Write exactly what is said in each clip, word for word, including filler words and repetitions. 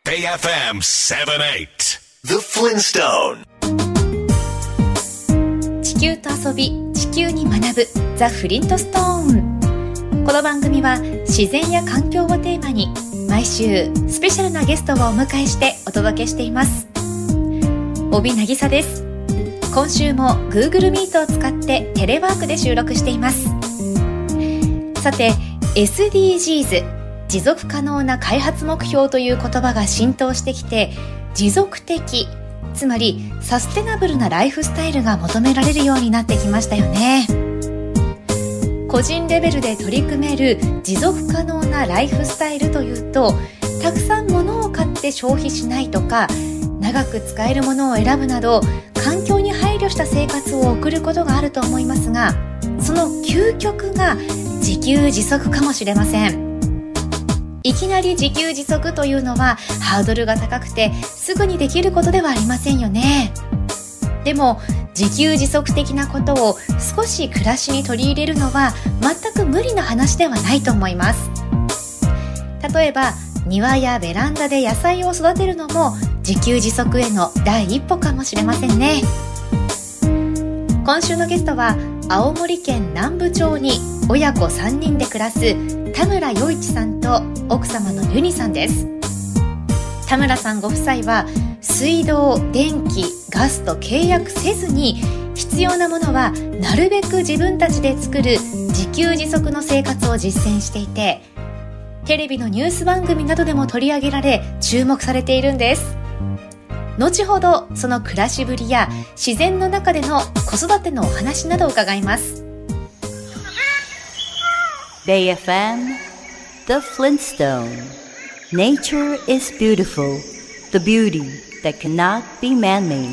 エーエフエム セブンティーエイト The Flintstone 地球と遊び、地球に学ぶザ・フリントストーン。この番組は自然や環境をテーマに毎週スペシャルなゲストをお迎えしてお届けしています。帯渚です。今週も Google Meet を使ってテレワークで収録しています。さて エスディージーズ 持続可能な開発目標という言葉が浸透してきて、持続的、つまりサステナブルなライフスタイルが求められるようになってきましたよね。個人レベルで取り組める持続可能なライフスタイルというと、たくさん物を買って消費しないとか、長く使えるものを選ぶなど環境に配慮した生活を送ることがあると思いますが、その究極が自給自足かもしれません。いきなり自給自足というのはハードルが高くてすぐにできることではありませんよね。でも自給自足的なことを少し暮らしに取り入れるのは全く無理な話ではないと思います。例えば庭やベランダで野菜を育てるのも自給自足への第一歩かもしれませんね。今週のゲストは青森県南部町に親子さんにんで暮らす田村余一さんと奥様のユニさんです。田村さんご夫妻は水道、電気、ガスと契約せずに必要なものはなるべく自分たちで作る自給自足の生活を実践していて、テレビのニュース番組などでも取り上げられ注目されているんです。後ほどその暮らしぶりや自然の中での子育てのお話などを伺います。 ベイエフエム The Flintstone Nature is beautiful, the beauty that cannot be man-made。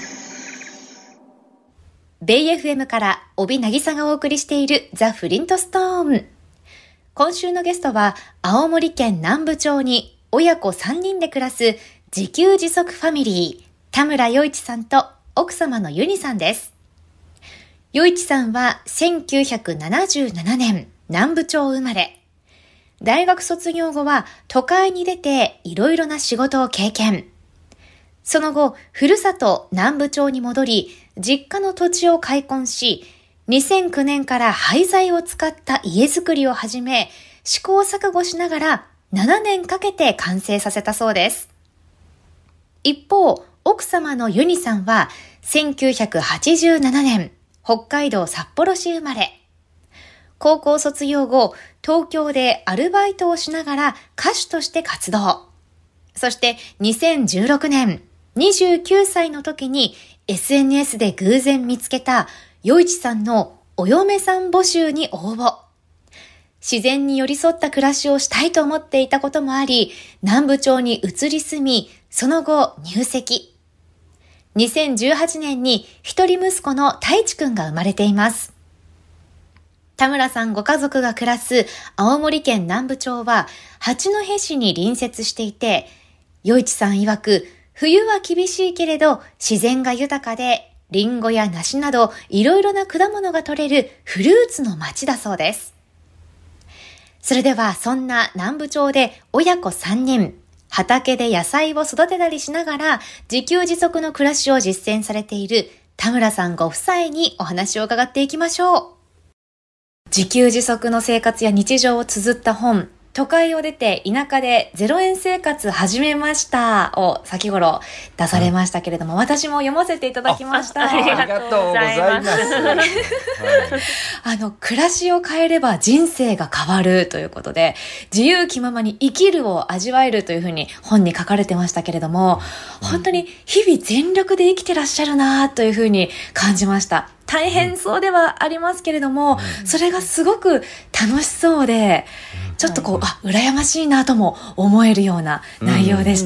ベイエフエム から帯渚がお送りしているザ・フリントストーン。今週のゲストは青森県南部町に親子さんにんで暮らす自給自足ファミリー、田村余一さんと奥様のユニさんです。余一さんはせんきゅうひゃくななじゅうななねん南部町生まれ。大学卒業後は都会に出ていろいろな仕事を経験。その後、ふるさと南部町に戻り、実家の土地を開墾し、にせんきゅうねんから廃材を使った家づくりを始め、試行錯誤しながらななねんかけて完成させたそうです。一方、奥様のユニさんはせんきゅうひゃくはちじゅうななねん、北海道札幌市生まれ。高校卒業後、東京でアルバイトをしながら歌手として活動。そしてにせんじゅうろくねん、にじゅうきゅうさいの時に エスエヌエス で偶然見つけた余一さんのお嫁さん募集に応募。自然に寄り添った暮らしをしたいと思っていたこともあり、南部町に移り住み、その後入籍。にせんじゅうはちねんに一人息子の太一くんが生まれています。田村さんご家族が暮らす青森県南部町は八戸市に隣接していて、余一さん曰く、冬は厳しいけれど自然が豊かで、リンゴや梨などいろいろな果物が取れるフルーツの町だそうです。それではそんな南部町で親子さんにん、畑で野菜を育てたりしながら自給自足の暮らしを実践されている田村さんご夫妻にお話を伺っていきましょう。自給自足の生活や日常を綴った本、都会を出て田舎でゼロえん生活始めましたを先頃出されましたけれども、うん、私も読ませていただきました。 あ, ありがとうございます。 あの暮らしを変えれば人生が変わるということで、自由気ままに生きるを味わえるというふうに本に書かれてましたけれども、うん、本当に日々全力で生きてらっしゃるなというふうに感じました。大変そうではありますけれども、うん、それがすごく楽しそうで、ちょっとこう、あ、羨ましいなとも思えるような内容でした。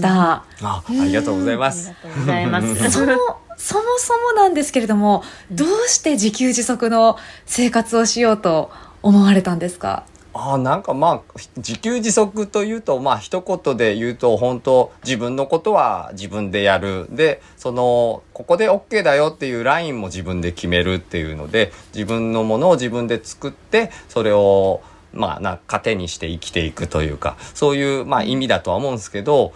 うん、あ、ありがとうございます。 ありがとうございます。そのそもそもなんですけれども、どうして自給自足の生活をしようと思われたんですか？ あ、なんかまあ自給自足というと、まあ一言で言うと、本当自分のことは自分でやる。で、そのここで OK だよっていうラインも自分で決めるっていうので、自分のものを自分で作って、それをまあな糧にして生きていくというか、そういうまあ意味だとは思うんですけど、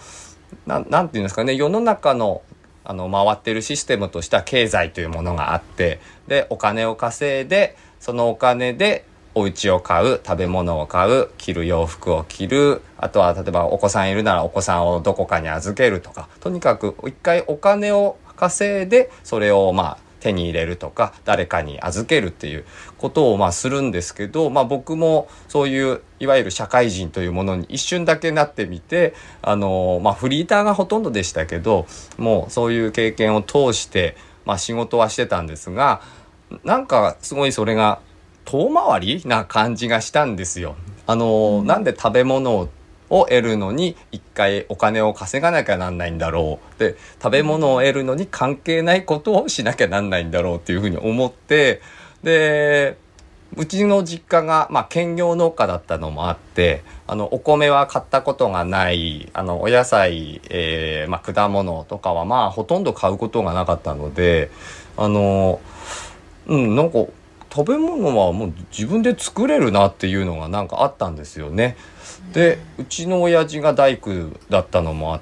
な, なんていうんですかね、世の中のあの回ってるシステムとしては経済というものがあって、でお金を稼いで、そのお金でお家を買う、食べ物を買う、着る洋服を着る、あとは例えばお子さんいるならお子さんをどこかに預けるとか、とにかく一回お金を稼いでそれをまあ手に入れるとか、誰かに預けるっていうことをまあするんですけど、まあ僕もそういういわゆる社会人というものに一瞬だけなってみて、あのまあフリーターがほとんどでしたけど、もうそういう経験を通してまあ仕事はしてたんですが、なんかすごいそれが遠回りな感じがしたんですよ。あの、うん、なんで食べ物をを得るのに一回お金を稼がなきゃなんないんだろう、で食べ物を得るのに関係ないことをしなきゃなんないんだろうっていうふうに思って、でうちの実家が、まあ、兼業農家だったのもあって、あのお米は買ったことがない、あのお野菜、えーまあ、果物とかはまあほとんど買うことがなかったので、あのうんなんか食べ物はもう自分で作れるなっていうのがなんかあったんですよね。でうちの親父が大工だったのもあって、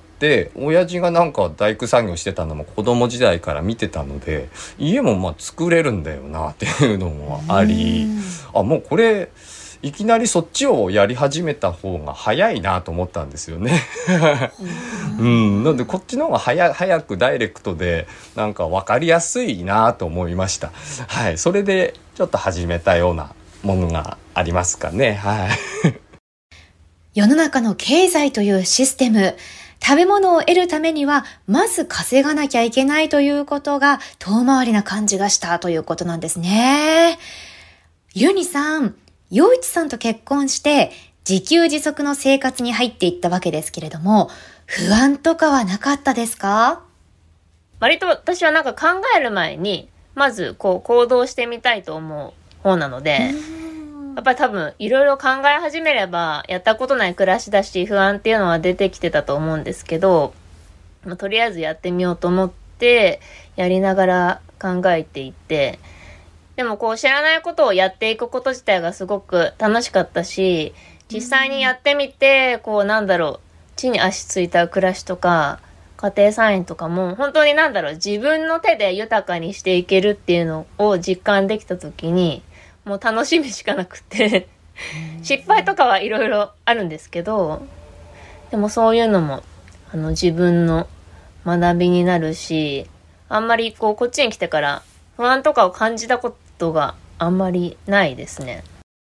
親父がなんか大工作業してたのも子供時代から見てたので、家もまあ作れるんだよなっていうのもあり、あもうこれいきなりそっちをやり始めた方が早いなと思ったんですよねうん、なのでこっちの方が早早くダイレクトでなんか分かりやすいなと思いました。はい、それでちょっと始めたようなものがありますかね。はい世の中の経済というシステム、食べ物を得るためにはまず稼がなきゃいけないということが遠回りな感じがしたということなんですね。ユニさん、陽一さんと結婚して自給自足の生活に入っていったわけですけれども、不安とかはなかったですか？ 割と私はなんか考える前にまずこう行動してみたいと思う方なので、やっぱり多分いろいろ考え始めればやったことない暮らしだし不安っていうのは出てきてたと思うんですけど、まあ、とりあえずやってみようと思ってやりながら考えていって、でもこう知らないことをやっていくこと自体がすごく楽しかったし、実際にやってみてこうなんだろう、地に足ついた暮らしとか家庭菜園とかも本当になんだろう、自分の手で豊かにしていけるっていうのを実感できた時にもう楽しみしかなくて失敗とかはいろいろあるんですけど、でもそういうのもあの自分の学びになるし、あんまりこうこっちに来てから不安とかを感じたことがあんまりないですね。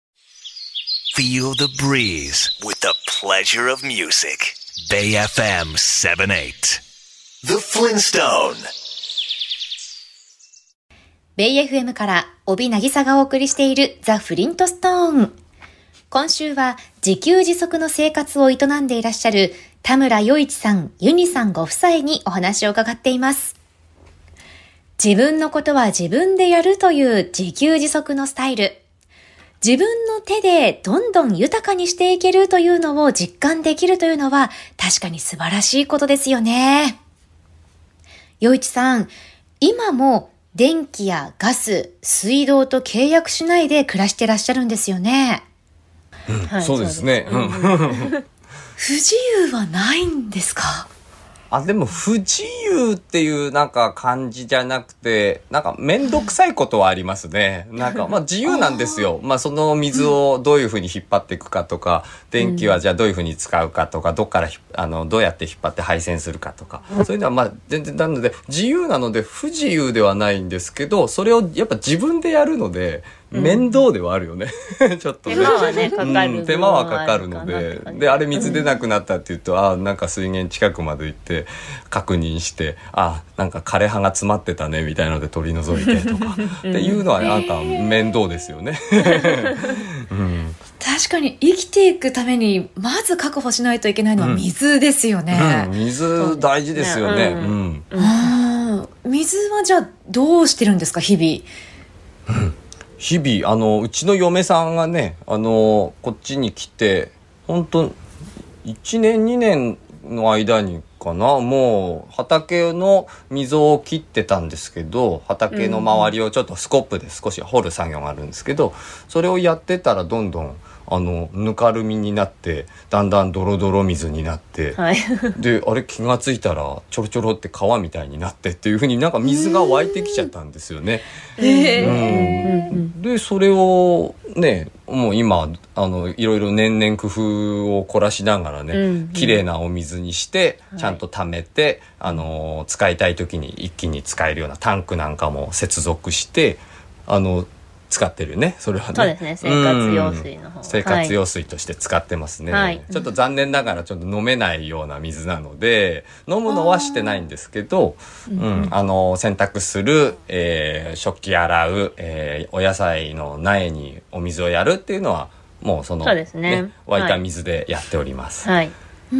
Feel the breeze with the pleasure of music. Bay エフエム セブンティーエイト The Flintstone。 ベイ エフエム から帯渚がお送りしているザ・フリントストーン。今週は自給自足の生活を営んでいらっしゃる田村余一さん、ユニさんご夫妻にお話を伺っています。自分のことは自分でやるという自給自足のスタイル。自分の手でどんどん豊かにしていけるというのを実感できるというのは確かに素晴らしいことですよね。余一さん、今も電気やガス、水道と契約しないで暮らしてらっしゃるんですよね。 うんはい、そうですね。 そうです。不自由はないんですか？ あ、でも不自由っていうなんか感じじゃなくて、なんかめんどくさいことはありますね。なんかまあ自由なんですよ。まあその水をどういうふうに引っ張っていくかとか、電気はじゃあどういうふうに使うかとか、どっからあのどうやって引っ張って配線するかとか、そういうのはまあ全然なので自由なので不自由ではないんですけど、それをやっぱ自分でやるので面倒ではあるよね。ちょっとね。 手間はねかかる、 うん。手間はかかるので、であれ水出なくなったって言うと、あなんか水源近くまで行って確認して、あなんか枯れ葉が詰まってたねみたいなので取り除いてとかっていうのはなんか面倒ですよね。 うん、確かに生きていくためにまず確保しないといけないのは水ですよね。 うんうん、水大事ですよね。うんうんあ水はじゃあどうしてるんですか日々？ うん日々あのうちの嫁さんがねあのこっちに来て本当いちねんにねんの間にかなもう畑の溝を切ってたんですけど畑の周りをちょっとスコップで少し掘る作業があるんですけどそれをやってたらどんどんあのぬかるみになってだんだんドロドロ水になって、 はい、 であれ気がついたらちょろちょろって川みたいになってっていう風になんか水が湧いてきちゃったんですよね。 へー、 うん、でそれをねもう今あのいろいろ年々工夫を凝らしながらね、うんうん、綺麗なお水にしてちゃんと溜めて、はい、あの使いたい時に一気に使えるようなタンクなんかも接続してあの使ってるね。それはね。 そうですね。生活用水の方。 生活用水として使ってますね、 はい。 ちょっと残念ながらちょっと飲めないような水なので、飲むのはしてないんですけど、うん、あの洗濯する、えー、食器洗う、えー、お野菜の苗にお水をやるっていうのはもうそのそうですね、 ね、沸いた水でやっております。 はい。 うん、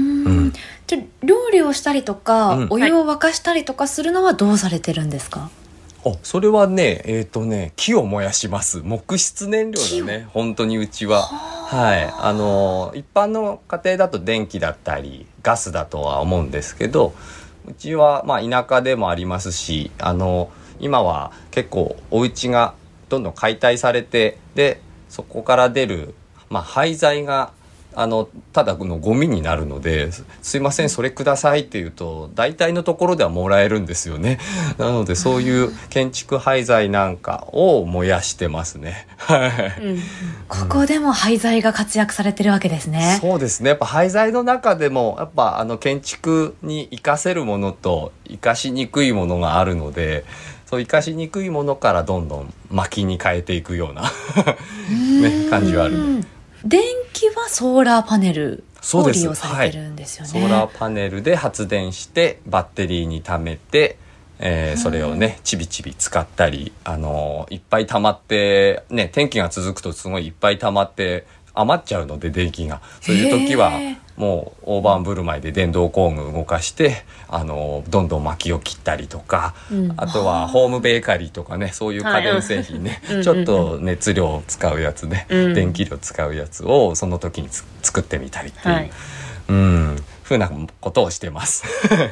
じゃ料理をしたりとか、うん、お湯を沸かしたりとかするのはどうされてるんですか？ おそれはねえっ、ー、とね木を燃やします。木質燃料だね本当にうちは。はいあの一般の家庭だと電気だったりガスだとは思うんですけど、うちはまあ田舎でもありますし、あの今は結構お家がどんどん解体されて、でそこから出る、まあ、廃材があのただのゴミになるので、すいませんそれくださいって言うと大体のところではもらえるんですよね。なのでそういう建築廃材なんかを燃やしてますね。 うん、ここでも廃材が活躍されてるわけですね。 そうですね。やっぱ廃材の中でもやっぱあの建築に活かせるものと活かしにくいものがあるので、そう活かしにくいものからどんどん薪に変えていくようなね、感じはある。 電気はソーラーパネルを利用されてるんですよね。 はい、ソーラーパネルで発電してバッテリーに貯めて、えー、それをねちびちび使ったり、あのー、いっぱい溜まってね、天気が続くとすごいいっぱい溜まって余っちゃうので電気が、そういう時はもう大盤振る舞いで電動工具動かして、あのどんどん薪を切ったりとか、うん、あとはホームベーカリーとかね、そういう家電製品ね、はい、ちょっと熱量を使うやつね、うん、電気量使うやつをその時に作ってみたりっていう、はい、うんふうなことをしてます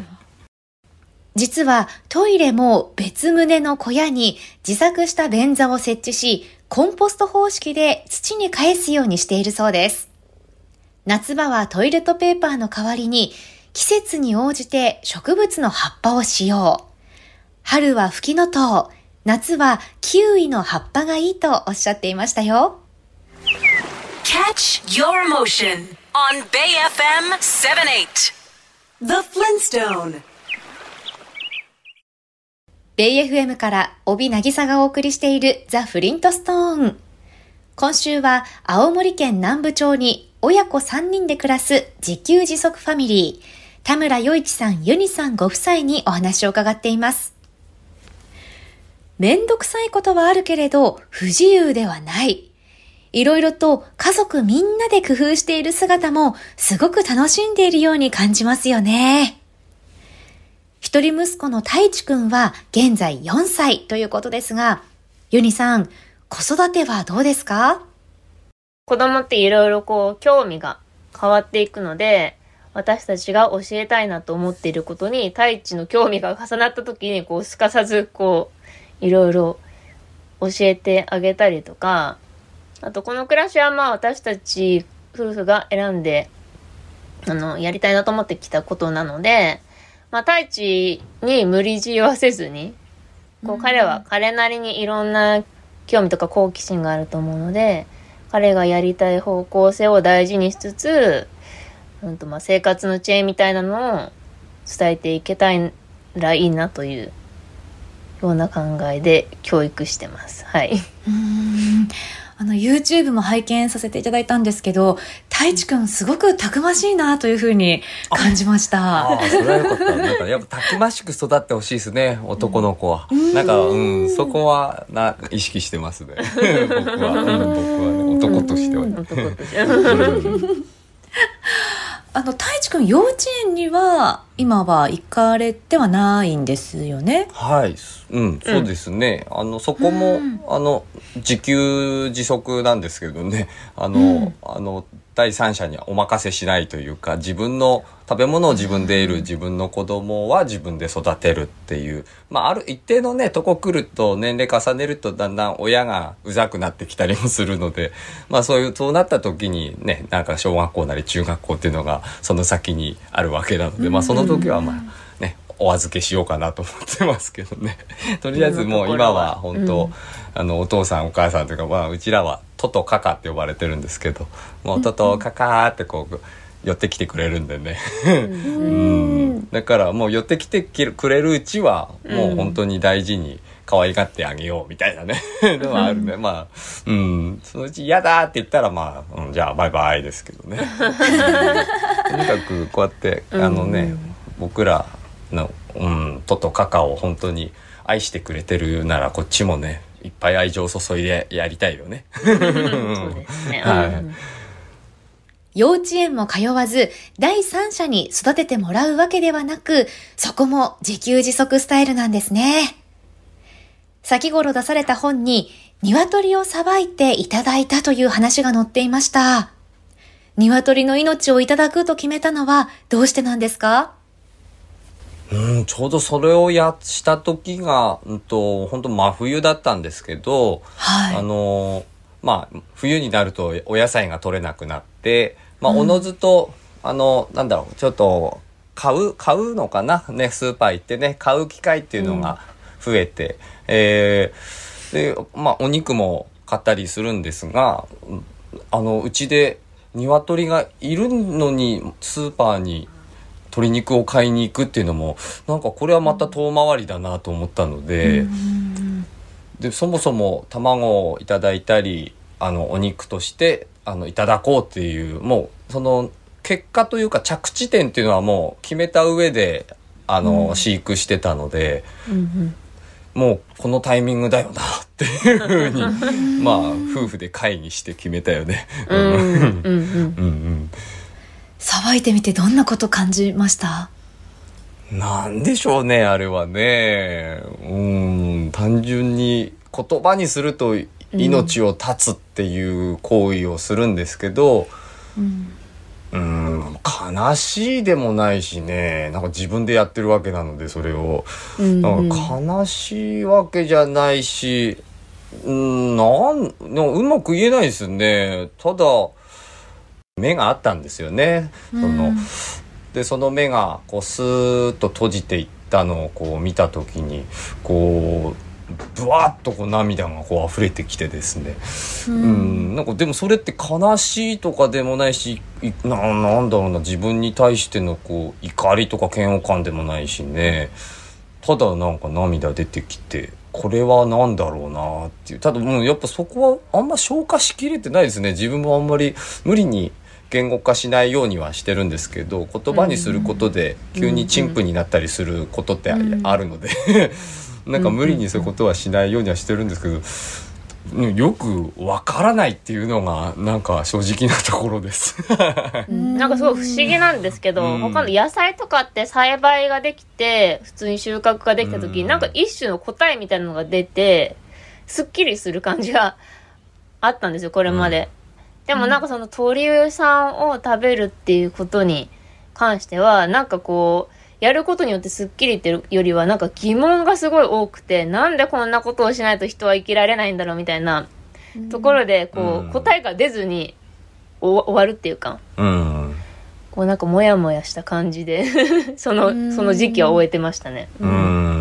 実はトイレも別棟の小屋に自作した便座を設置し、コンポスト方式で土に返すようにしているそうです。夏場はトイレットペーパーの代わりに季節に応じて植物の葉っぱを使用。春はフキノトウ、夏はキウイの葉っぱがいいとおっしゃっていましたよ。 Catch your motion on Bay エフエム セブンティーエイト The Flintstone。 ベイ エフエム から帯渚がお送りしているザ・フリントストーン。今週は青森県南部町に親子さんにんで暮らす自給自足ファミリー、田村余一さん、ユニさんご夫妻にお話を伺っています。めんどくさいことはあるけれど不自由ではない。いろいろと家族みんなで工夫している姿もすごく楽しんでいるように感じますよね。一人息子の太一くんは現在よんさいということですが、ユニさん、子育てはどうですか？ 子供っていろいろこう興味が変わっていくので、私たちが教えたいなと思っていることに太一の興味が重なった時にこうすかさずこういろいろ教えてあげたりとか、あとこの暮らしはまあ私たち夫婦が選んであのやりたいなと思ってきたことなので、まあ、太一に無理強いはせずに、こう彼は彼なりにいろんな興味とか好奇心があると思うので、彼がやりたい方向性を大事にしつつ、うんとまあ生活の知恵みたいなのを伝えていけたらいいなというような考えで教育してます。はい。 うーんあの YouTube も拝見させていただいたんですけど、太一くんすごくたくましいなというふうに感じました。 ああ、それはよかった。なんかやっぱたくましく育ってほしいですね、男の子は。うん、なんかうんそこはな意識してますね。僕は、うん、僕は、ね、男としては、ね。男としては。 あの太一くん幼稚園には今は行かれてはないんですよね。 はい、うん、そうですね。あのそこも、うん、あの自給自足なんですけどね。あの、うん、あの第三者にはお任せしないというか、自分の食べ物を自分で得る、自分の子供は自分で育てるっていう、まあある一定のねとこ来ると年齢重ねるとだんだん親がうざくなってきたりもするので、まあそういうそうなった時にね、なんか小学校なり中学校っていうのがその先にあるわけなので、まあその時はまあねお預けしようかなと思ってますけどね。とりあえずもう今は本当、うん、あのお父さんお母さんというか、まあうちらはトトカカって呼ばれてるんですけど、もうトトカカってこう寄ってきてくれるんでね。うん、だからもう寄ってきてくれるうちはもう本当に大事に可愛がってあげようみたいなねのはあるね。まあ、うん、そのうち嫌だって言ったらまあ、うん、じゃあバイバイですけどね。とにかくこうやってあのね、僕らの、うん、トトカカを本当に愛してくれてるならこっちもねいっぱい愛情を注いでやりたいよね。そうですね。はい。 幼稚園も通わず第三者に育ててもらうわけではなく、そこも自給自足スタイルなんですね。先頃出された本に鶏をさばいていただいたという話が載っていました。鶏の命をいただくと決めたのはどうしてなんですか？ うん、ちょうどそれをやした時が、うんと、本当真冬だったんですけど、はい、あのまあ冬になるとお野菜が取れなくなって、まあ、おのずと、うん、あのなんだろうちょっと買う買うのかなね、スーパー行ってね買う機会っていうのが増えて、うん、えー、でまあお肉も買ったりするんですが、あのうちで鶏がいるのにスーパーに鶏肉を買いに行くっていうのもなんかこれはまた遠回りだなと思ったので、うん、でそもそも卵をいただいたりあのお肉としてあのいただこうっていうもうその結果というか着地点っていうのはもう決めた上であの、うん、飼育してたので、うんうん、もうこのタイミングだよなっていうふうにまあ夫婦で会議して決めたよね。 さばいてみてどんなこと感じました？ なんでしょうねあれはね、うん単純に言葉にすると命を絶つっていう行為をするんですけど、うん、うん悲しいでもないしね、なんか自分でやってるわけなのでそれを、うんうん、なんか悲しいわけじゃないし、うん、なんうまく言えないですね。ただ目があったんですよね。その、うん、でその目がこうスーッと閉じていったのをこう見た時にこうブワッとこう涙がこう溢れてきてですね、うんうん、なんかでもそれって悲しいとかでもないし な, なんだろうな自分に対してのこう怒りとか嫌悪感でもないしね、ただなんか涙出てきてこれはなんだろうなっていう、ただもうやっぱそこはあんま消化しきれてないですね。自分もあんまり無理に言語化しないようにはしてるんですけど、言葉にすることで急に陳腐になったりすることってあるのでなんか無理にそういうことはしないようにはしてるんですけど、よくわからないっていうのがなんか正直なところですなんかすごい不思議なんですけど、うん、他の野菜とかって栽培ができて普通に収穫ができた時に、うん、なんか一種の答えみたいなのが出てすっきりする感じがあったんですよこれまで、うん、でもなんかその鳥さんを食べるっていうことに関してはなんかこうやることによってスッキリっていうよりはなんか疑問がすごい多くて、なんでこんなことをしないと人は生きられないんだろうみたいなところでこう、うん、答えが出ずに終わるっていうか、うん、こうなんかモヤモヤした感じでそのその時期は終えてましたね。うん、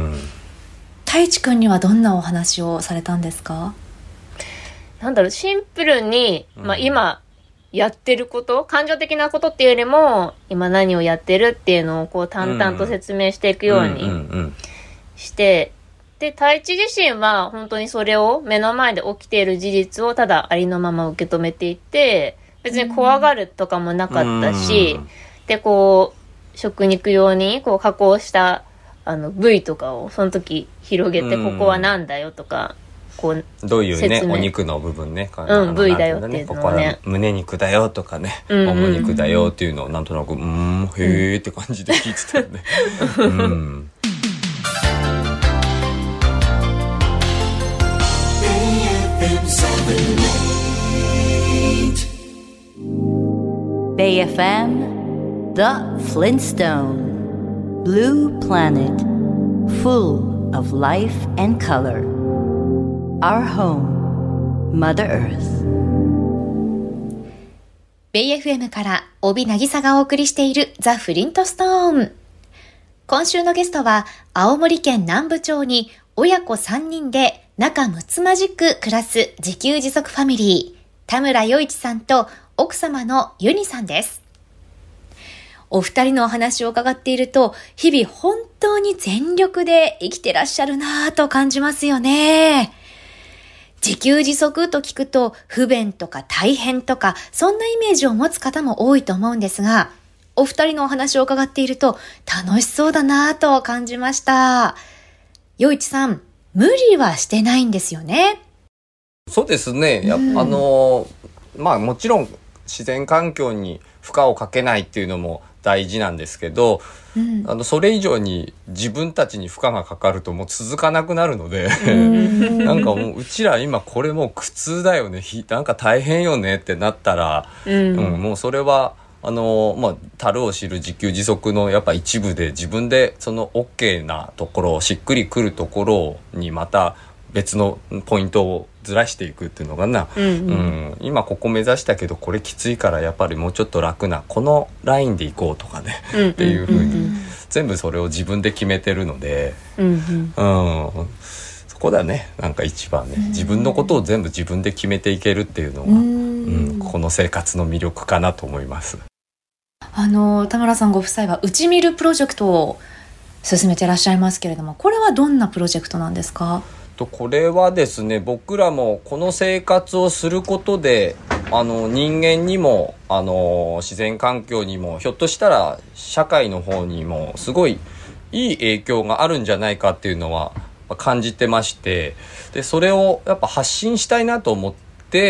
太一くんにはどんなお話をされたんですか？ なんだろうシンプルに、まあ、今やってること感情的なことっていうよりも今何をやってるっていうのをこう淡々と説明していくようにして、で太一自身は本当にそれを目の前で起きている事実をただありのまま受け止めていて、別に怖がるとかもなかったし、でこう食肉用にこう加工したあの部位とかをその時広げてここはなんだよとかこうどういうね説明お肉の部分ね、 うん部位だよっていうのをねここは胸肉だよとかね、 うんうんうんもも肉だよっていうのをなんとなくうーんへーって感じで聞いてたよね、うん、 Bay エフエム The Flintstone Blue Planet Full of life and color Our home Mother Earth ベイエフエム から帯渚がお送りしているザ・フリントストーン。今週のゲストは青森県南部町に親子さんにんで仲睦まじく暮らす自給自足ファミリー田村余一さんと奥様のユニさんです。お二人のお話を伺っていると日々本当に全力で生きてらっしゃるなぁと感じますよね。自給自足と聞くと不便とか大変とかそんなイメージを持つ方も多いと思うんですが、お二人のお話を伺っていると楽しそうだなぁと感じました。余一さん、無理はしてないんですよね。 そうですね。やっぱ、うん、あのまあもちろん自然環境に負荷をかけないっていうのも大事なんですけど、うん、あのそれ以上に自分たちに負荷がかかるともう続かなくなるのでなんかもううちら今これもう苦痛だよね、なんか大変よねってなったら、うんうん、もうそれはあのまあ樽を知る自給自足のやっぱ一部で、自分でその OK なところをしっくりくるところにまた別のポイントをずらしていくっていうのかな、うんうんうん、今ここ目指したけどこれきついからやっぱりもうちょっと楽なこのラインで行こうとかね、うんうんうんうん、っていう風に全部それを自分で決めてるので、うんうんうん、そこだね、なんか一番ね、自分のことを全部自分で決めていけるっていうのが、うんうん、この生活の魅力かなと思います。 あの田村さんご夫妻はうちみるプロジェクトを進めてらっしゃいますけれども、これはどんなプロジェクトなんですか？ これはですね、僕らもこの生活をすることであの人間にもあの自然環境にもひょっとしたら社会の方にもすごいいい影響があるんじゃないかっていうのは感じてまして、でそれをやっぱ発信したいなと思って、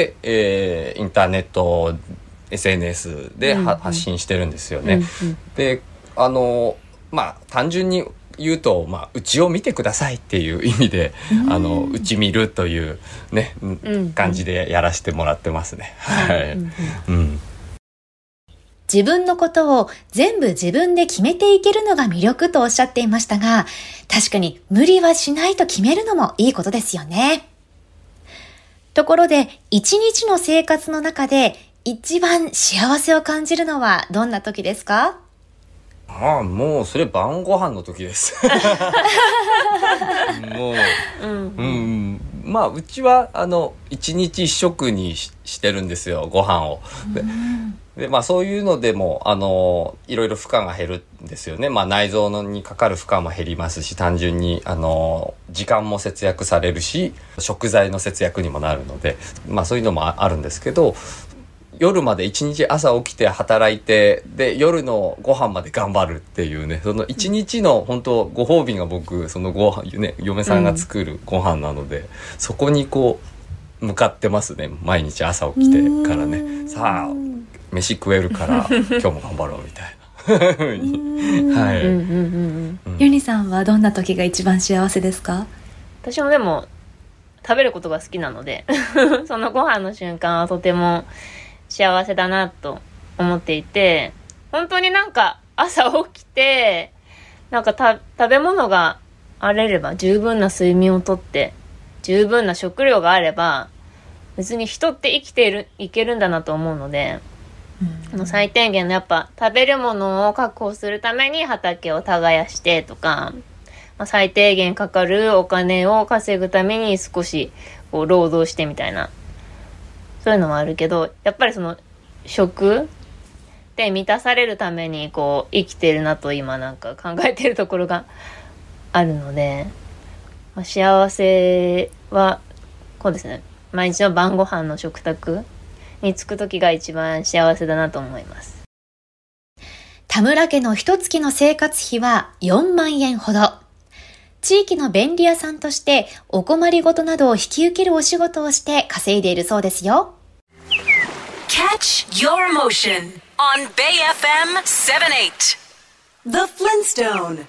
えー、インターネット エスエヌエス で、うんうん、発信してるんですよね、うんうん、であのまあ単純に言うと、まあ、うちを見てくださいっていう意味で、うん、あのうち見るというね、うんうん、感じでやらせてもらってますね、はい、うんうん、 自分のことを全部自分で決めていけるのが魅力とおっしゃっていましたが、確かに無理はしないと決めるのもいいことですよね。ところで一日の生活の中で一番幸せを感じるのはどんな時ですか？ ああ、もうそれ晩ご飯の時ですもう、うんうん、まあうちはあの一日一食に し, してるんですよ、ご飯を。で、でまあそういうのでもあのいろいろ負荷が減るんですよね。まあ内臓のにかかる負荷も減りますし、単純にあの時間も節約されるし、食材の節約にもなるので、まあそういうのもあるんですけど、夜まで一日朝起きて働いて、で夜のご飯まで頑張るっていうね、その一日の本当ご褒美が僕そのご飯、ね、嫁さんが作るご飯なので、うん、そこにこう向かってますね。毎日朝起きてからね、さあ飯食えるから今日も頑張ろうみたいなはい。 ユニさんはどんな時が一番幸せですか？ 私もでも食べることが好きなのでそのご飯の瞬間はとても幸せだなと思っていて、本当になんか朝起きてなんかた食べ物があれれば、十分な睡眠をとって十分な食料があれば別に人って生きているいけるんだなと思うので、うん、最低限のやっぱ食べるものを確保するために畑を耕してとか、まあ、最低限かかるお金を稼ぐために少しこう労働してみたいな、そういうのもあるけど、やっぱりその食で満たされるためにこう生きてるなと今なんか考えてるところがあるので、まあ、幸せはこうですね、毎日の晩ご飯の食卓に着く時が一番幸せだなと思います。 田村家の一月の生活費はよんまんえんほど。 地域の便利屋さんとしてお困りごとなどを引き受けるお仕事をして稼いでいるそうですよ。 Catch your motion on Bay エフエム セブンエイト The Flintstone。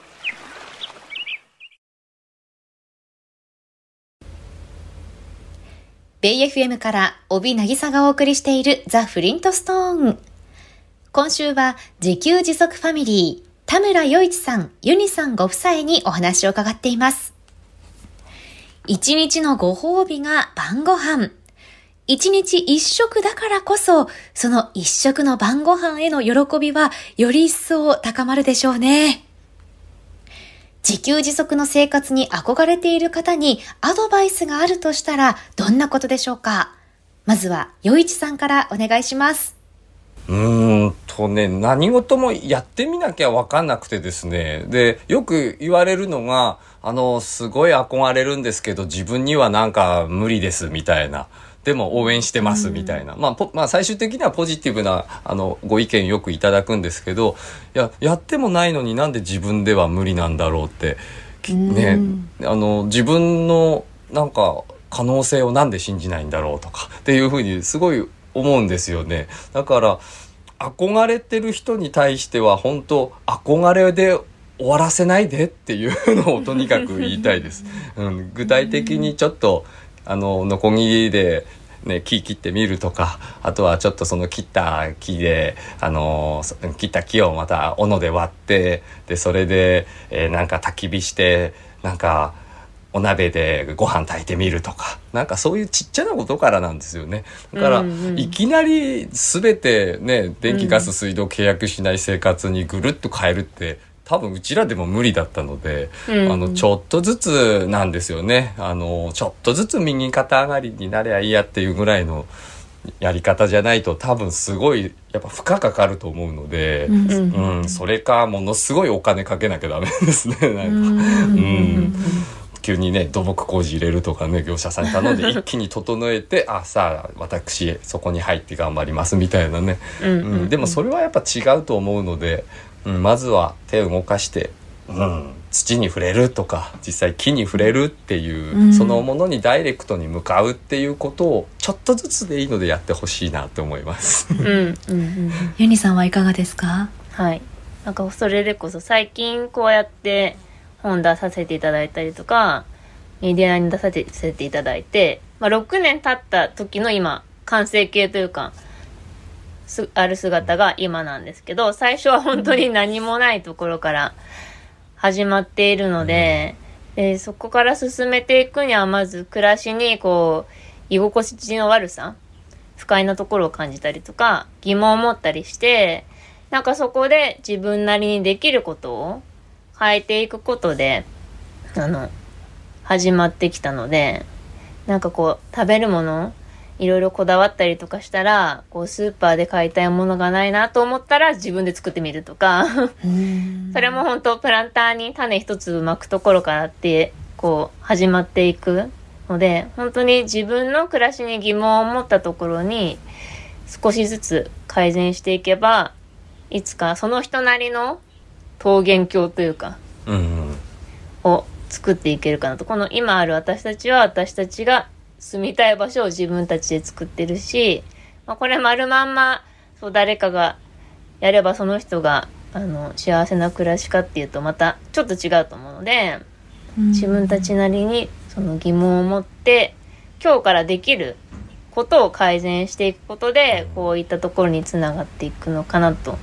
ベイ エフエム から帯渚がお送りしているザ・フリントストーン。今週は自給自足ファミリー田村余一さん、ユニさんご夫妻にお話を伺っています。一日のご褒美が晩ご飯。一日一食だからこそ、その一食の晩ご飯への喜びはより一層高まるでしょうね。自給自足の生活に憧れている方にアドバイスがあるとしたらどんなことでしょうか。まずは余一さんからお願いします。 うーんとね、何事もやってみなきゃ分かんなくてですね。で、よく言われるのが、あの、すごい憧れるんですけど、自分にはなんか無理ですみたいな。でも応援してますみたいな。まあ、ポまあ、最終的にはポジティブな、あの、ご意見よくいただくんですけど、いや、やってもないのになんで自分では無理なんだろうって、ね、あの、自分のなんか可能性をなんで信じないんだろうとかっていうふうにすごい思うんですよね。だから憧れてる人に対しては本当憧れで終わらせないでっていうのをとにかく言いたいです、うん、具体的にちょっとあのノコギリで、ね、木切ってみるとか、あとはちょっとその切った木であの切った木をまた斧で割って、でそれで、えー、なんか焚き火してなんかお鍋でご飯炊いてみるとか、なんかそういうちっちゃなことからなんですよね。だから、うんうん、いきなり全てね、電気ガス水道契約しない生活にぐるっと変えるって多分うちらでも無理だったので、うんうん、あのちょっとずつなんですよね。あのちょっとずつ右肩上がりになりゃいいやっていうぐらいのやり方じゃないと多分すごいやっぱ負荷かかると思うので、うんうんうん、それかものすごいお金かけなきゃダメですね。なんか、うんうん急にね土木工事入れるとかね、業者さんに頼んで一気に整えてあさあ私そこに入って頑張りますみたいなね、うんうんうん、でもそれはやっぱ違うと思うので、うん、まずは手を動かして、うん、土に触れるとか実際木に触れるっていう、うん、そのものにダイレクトに向かうっていうことをちょっとずつでいいのでやってほしいなと思います、うんうんうん、ユニさんはいかがですか？ はい、なんかそれでこそ最近こうやって本出させていただいたりとかメディアに出させていただいて、まあ、ろくねん経った時の今完成形というかすある姿が今なんですけど、最初は本当に何もないところから始まっているので、うん、でそこから進めていくにはまず暮らしにこう居心地の悪さ、不快なところを感じたりとか疑問を持ったりして、なんかそこで自分なりにできることを変えていくことであの始まってきたので、なんかこう食べるものいろいろこだわったりとかしたら、こうスーパーで買いたいものがないなと思ったら自分で作ってみるとかそれも本当プランターに種一粒まくところからってこう始まっていくので、本当に自分の暮らしに疑問を持ったところに少しずつ改善していけば、いつかその人なりの桃源郷というか、うん、を作っていけるかなと。この今ある私たちは私たちが住みたい場所を自分たちで作ってるし、まあ、これ丸まんまそう誰かがやればその人があの幸せな暮らしかっていうとまたちょっと違うと思うので、うん、自分たちなりにその疑問を持って今日からできることを改善していくことで、こういったところにつながっていくのかなと。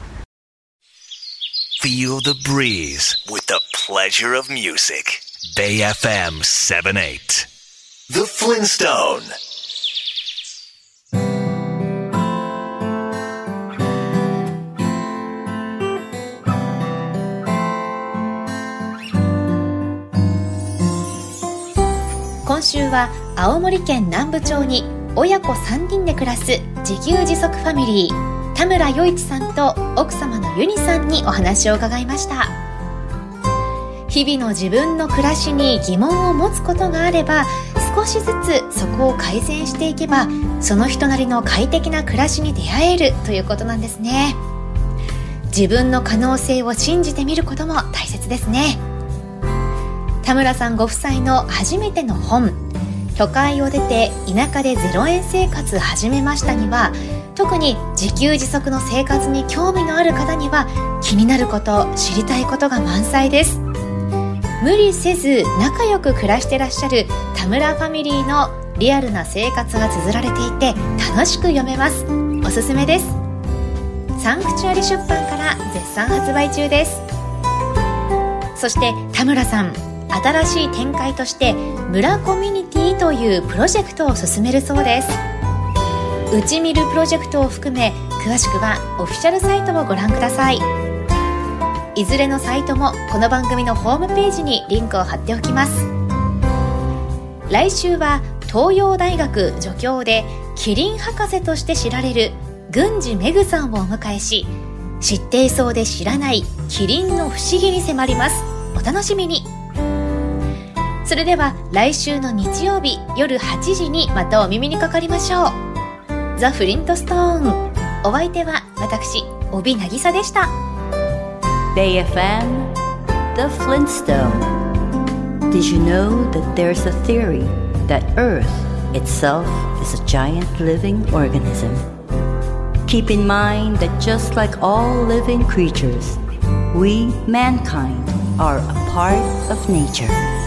Feel the breeze with the pleasure of music. Bay エフエム セブンエイト The Flintstone。 今週は青森県南部町に親子さんにんで暮らす自給自足ファミリー田村余一さんと奥様のユニさんにお話を伺いました。日々の自分の暮らしに疑問を持つことがあれば、少しずつそこを改善していけば、その人なりの快適な暮らしに出会えるということなんですね。自分の可能性を信じてみることも大切ですね。 田村さんご夫妻の初めての本、都会を出て田舎でゼロえん生活始めましたには、特に自給自足の生活に興味のある方には気になること、知りたいことが満載です。無理せず仲良く暮らしてらっしゃる田村ファミリーのリアルな生活が綴られていて楽しく読めます。おすすめです。サンクチュアリ出版から絶賛発売中です。そして田村さん、新しい展開として村コミュニティというプロジェクトを進めるそうです。うちみるプロジェクトを含め詳しくはオフィシャルサイトをご覧ください。いずれのサイトもこの番組のホームページにリンクを貼っておきます。来週は東洋大学助教でキリン博士として知られる郡司めぐさんをお迎えし、知っていそうで知らないキリンの不思議に迫ります。お楽しみに。それでは来週の日曜日夜はちじにまたお耳にかかりましょう。ザ・フリントストーン。お相手は私、帯渚でした。 Bay エフエム The Flintstone. Did you know that there's a theory that Earth itself is a giant living organism? Keep in mind that just like all living creatures, we, mankind, are a part of nature.